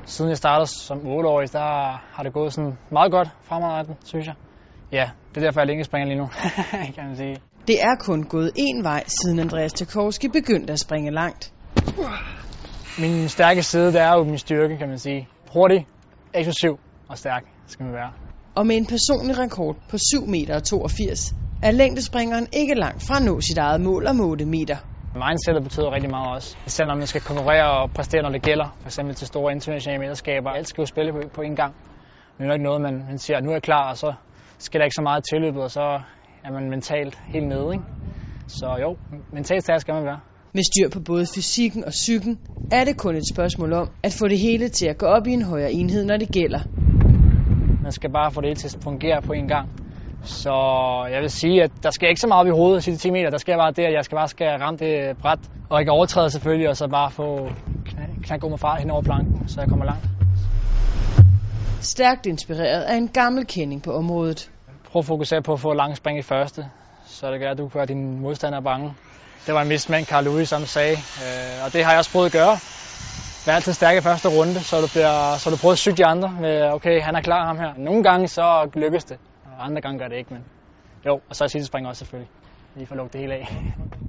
Siden jeg startede som 8-årig, der har det gået sådan meget godt fremadrettet, synes jeg. Ja, det er derfor, jeg længere lige nu, kan man sige. Det er kun gået én vej, siden Andreas Tarkowski begyndte at springe langt. Min stærke side, det er jo min styrke, kan man sige. Hurtig, eksplosiv og stærk skal man være. Og med en personlig rekord på 7,82 meter, er længdespringeren ikke langt fra at nå sit eget mål om 8 meter. Mindsetet betyder rigtig meget også. Især når man skal konkurrere og præstere, når det gælder. For eksempel til store internationale mesterskaber. Alt skal jo spille på en gang. Men det er ikke noget, man siger, nu er jeg klar, og så skal der ikke så meget tilløbet, og så er man mentalt helt nede. Ikke? Så jo, mentalt stærk skal man være. Med styr på både fysikken og psyken, er det kun et spørgsmål om at få det hele til at gå op i en højere enhed, når det gælder. Man skal bare få det hele til at fungere på en gang. Så jeg vil sige, at der skal ikke så meget op i hovedet til de 10 meter. Der skal bare det, at jeg skal ramme det bræt, og ikke overtræde selvfølgelig, og så bare få knaldgod med fart hen over planken, så jeg kommer langt. Stærkt inspireret af en gammel kending på området. Prøv at fokusere på at få langt spring i første, så det gør, at du kan gøre dine modstandere bange. Det var en mistmand, Carl Louis, som sagde, og det har jeg også prøvet at gøre. Vær altid stærk i første runde, så du prøver at syge de andre med, okay, han er klar ham her. Nogle gange så lykkes det, og andre gange gør det ikke, men jo, og så er sidste spring også selvfølgelig. Lige for at lukke det hele af.